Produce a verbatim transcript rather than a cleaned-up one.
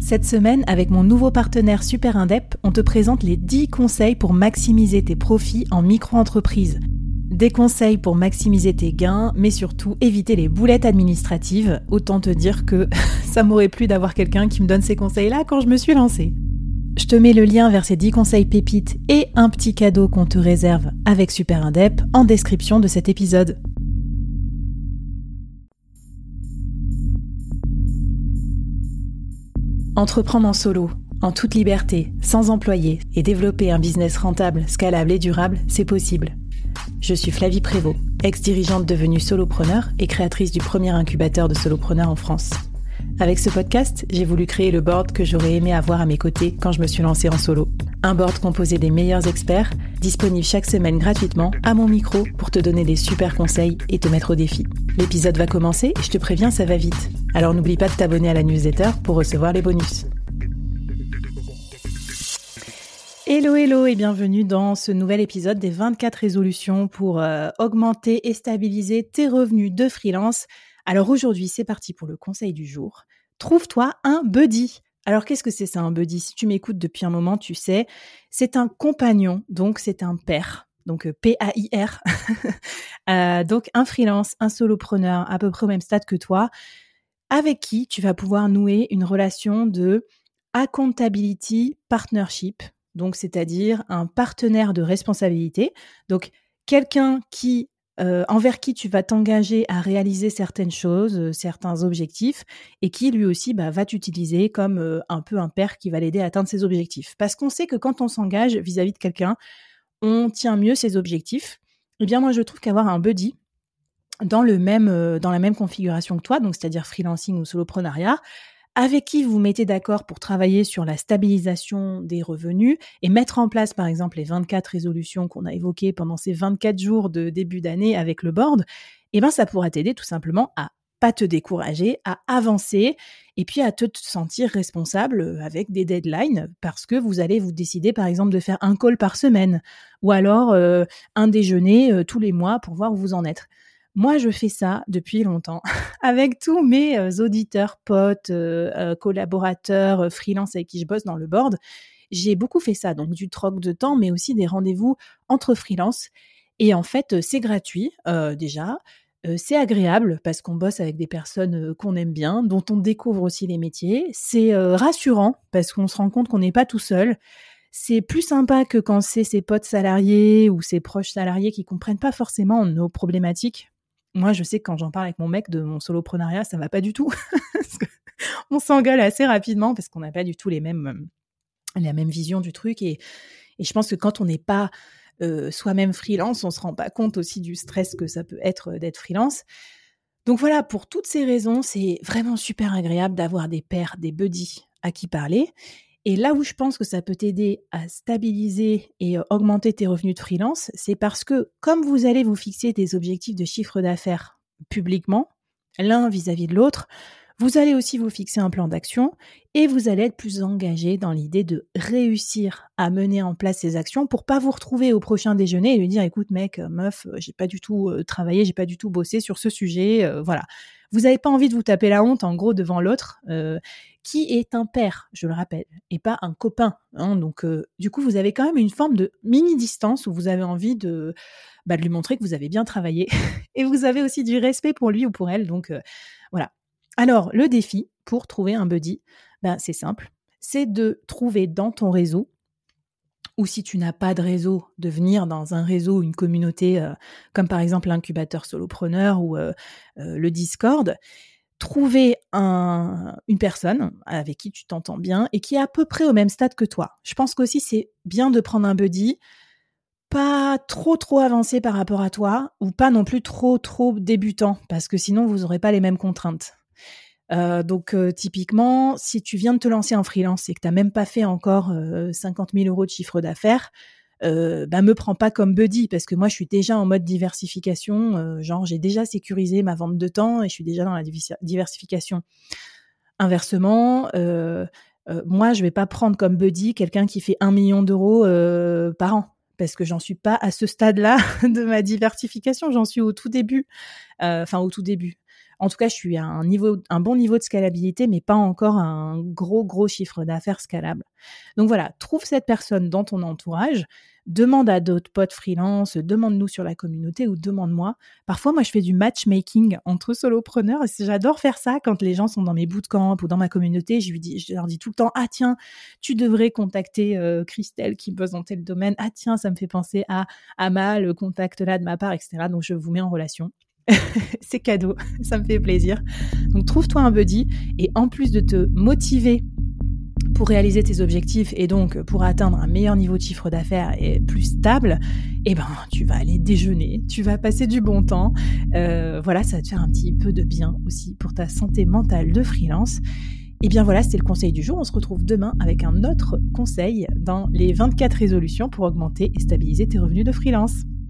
Cette semaine, avec mon nouveau partenaire Super Indep, on te présente les dix conseils pour maximiser tes profits en micro-entreprise. Des conseils pour maximiser tes gains, mais surtout éviter les boulettes administratives. Autant te dire que ça m'aurait plu d'avoir quelqu'un qui me donne ces conseils-là quand je me suis lancée. Je te mets le lien vers ces dix conseils pépites et un petit cadeau qu'on te réserve avec Super Indep en description de cet épisode. Entreprendre en solo, en toute liberté, sans employé et développer un business rentable, scalable et durable, c'est possible. Je suis Flavie Prévost, ex-dirigeante devenue solopreneur et créatrice du premier incubateur de solopreneurs en France. Avec ce podcast, j'ai voulu créer le board que j'aurais aimé avoir à mes côtés quand je me suis lancée en solo. Un board composé des meilleurs experts, disponible chaque semaine gratuitement à mon micro pour te donner des super conseils et te mettre au défi. L'épisode va commencer et je te préviens, ça va vite. Alors n'oublie pas de t'abonner à la newsletter pour recevoir les bonus. Hello hello et bienvenue dans ce nouvel épisode des vingt-quatre résolutions pour euh, augmenter et stabiliser tes revenus de freelance. Alors aujourd'hui, c'est parti pour le conseil du jour. Trouve-toi un buddy. Alors qu'est-ce que c'est ça un buddy ? Si tu m'écoutes depuis un moment, tu sais, c'est un compagnon, donc c'est un pair. Donc P A I R. euh, donc un freelance, un solopreneur à peu près au même stade que toi, avec qui tu vas pouvoir nouer une relation de accountability partnership. Donc, c'est-à-dire un partenaire de responsabilité. Donc, quelqu'un qui, euh, envers qui tu vas t'engager à réaliser certaines choses, euh, certains objectifs, et qui lui aussi bah, va t'utiliser comme euh, un peu un père qui va l'aider à atteindre ses objectifs. Parce qu'on sait que quand on s'engage vis-à-vis de quelqu'un, on tient mieux ses objectifs. Eh bien, moi, je trouve qu'avoir un buddy dans le même, euh, dans la même configuration que toi, donc c'est-à-dire freelancing ou soloprenariat, avec qui vous vous mettez d'accord pour travailler sur la stabilisation des revenus et mettre en place, par exemple, les vingt-quatre résolutions qu'on a évoquées pendant ces vingt-quatre jours de début d'année avec le board, eh ben, ça pourra t'aider tout simplement à pas te décourager, à avancer et puis à te sentir responsable avec des deadlines parce que vous allez vous décider, par exemple, de faire un call par semaine ou alors euh, un déjeuner euh, tous les mois pour voir où vous en êtes. Moi, je fais ça depuis longtemps avec tous mes euh, auditeurs, potes, euh, euh, collaborateurs, euh, freelance avec qui je bosse dans le board. J'ai beaucoup fait ça, donc du troc de temps, mais aussi des rendez-vous entre freelance. Et en fait, euh, c'est gratuit euh, déjà. Euh, c'est agréable parce qu'on bosse avec des personnes euh, qu'on aime bien, dont on découvre aussi les métiers. C'est euh, rassurant parce qu'on se rend compte qu'on n'est pas tout seul. C'est plus sympa que quand c'est ses potes salariés ou ses proches salariés qui comprennent pas forcément nos problématiques. Moi, je sais que quand j'en parle avec mon mec de mon soloprenariat, ça va pas du tout. On s'engueule assez rapidement parce qu'on n'a pas du tout les mêmes, la même vision du truc. Et, et je pense que quand on n'est pas euh, soi-même freelance, on se rend pas compte aussi du stress que ça peut être d'être freelance. Donc voilà, pour toutes ces raisons, c'est vraiment super agréable d'avoir des pairs, des buddies à qui parler. Et là où je pense que ça peut t'aider à stabiliser et euh, augmenter tes revenus de freelance, c'est parce que comme vous allez vous fixer des objectifs de chiffre d'affaires publiquement, l'un vis-à-vis de l'autre, vous allez aussi vous fixer un plan d'action et vous allez être plus engagé dans l'idée de réussir à mener en place ces actions pour pas vous retrouver au prochain déjeuner et lui dire « Écoute mec, meuf, j'ai pas du tout euh, travaillé, j'ai pas du tout bossé sur ce sujet. Euh, » Voilà. Vous n'avez pas envie de vous taper la honte en gros devant l'autre euh, qui est un père, je le rappelle, et pas un copain. Hein. Donc euh, du coup, vous avez quand même une forme de mini-distance où vous avez envie de, bah, de lui montrer que vous avez bien travaillé et vous avez aussi du respect pour lui ou pour elle. Donc euh, voilà. Alors, le défi pour trouver un buddy, ben, c'est simple, c'est de trouver dans ton réseau, ou si tu n'as pas de réseau, de venir dans un réseau, une communauté, euh, comme par exemple l'incubateur solopreneur ou euh, euh, le Discord, trouver un, une personne avec qui tu t'entends bien et qui est à peu près au même stade que toi. Je pense qu'aussi c'est bien de prendre un buddy, pas trop trop avancé par rapport à toi, ou pas non plus trop trop débutant, parce que sinon vous n'aurez pas les mêmes contraintes. Euh, donc euh, typiquement, si tu viens de te lancer en freelance et que tu n'as même pas fait encore euh, cinquante mille euros de chiffre d'affaires, euh, bah, me prends pas comme buddy parce que moi je suis déjà en mode diversification, euh, genre j'ai déjà sécurisé ma vente de temps et je suis déjà dans la divis- diversification. Inversement, euh, euh, moi je vais pas prendre comme buddy quelqu'un qui fait un million d'euros euh, par an parce que j'en suis pas à ce stade-là de ma diversification, j'en suis au tout début, enfin euh, au tout début. En tout cas, je suis à un niveau, un bon niveau de scalabilité, mais pas encore un gros, gros chiffre d'affaires scalable. Donc voilà, trouve cette personne dans ton entourage, demande à d'autres potes freelance, demande-nous sur la communauté ou demande-moi. Parfois, moi, je fais du matchmaking entre solopreneurs. Et j'adore faire ça quand les gens sont dans mes bootcamps ou dans ma communauté. Je, lui dis, je leur dis tout le temps, ah tiens, tu devrais contacter euh, Christelle qui bosse dans tel domaine. Ah tiens, ça me fait penser à Amal, contacte-la de ma part, et cetera. Donc, je vous mets en relation. C'est cadeau, ça me fait plaisir. Donc, trouve-toi un buddy et en plus de te motiver pour réaliser tes objectifs et donc pour atteindre un meilleur niveau de chiffre d'affaires et plus stable, eh ben, tu vas aller déjeuner, tu vas passer du bon temps. Euh, voilà, ça va te faire un petit peu de bien aussi pour ta santé mentale de freelance. Et bien voilà, c'était le conseil du jour. On se retrouve demain avec un autre conseil dans les vingt-quatre résolutions pour augmenter et stabiliser tes revenus de freelance.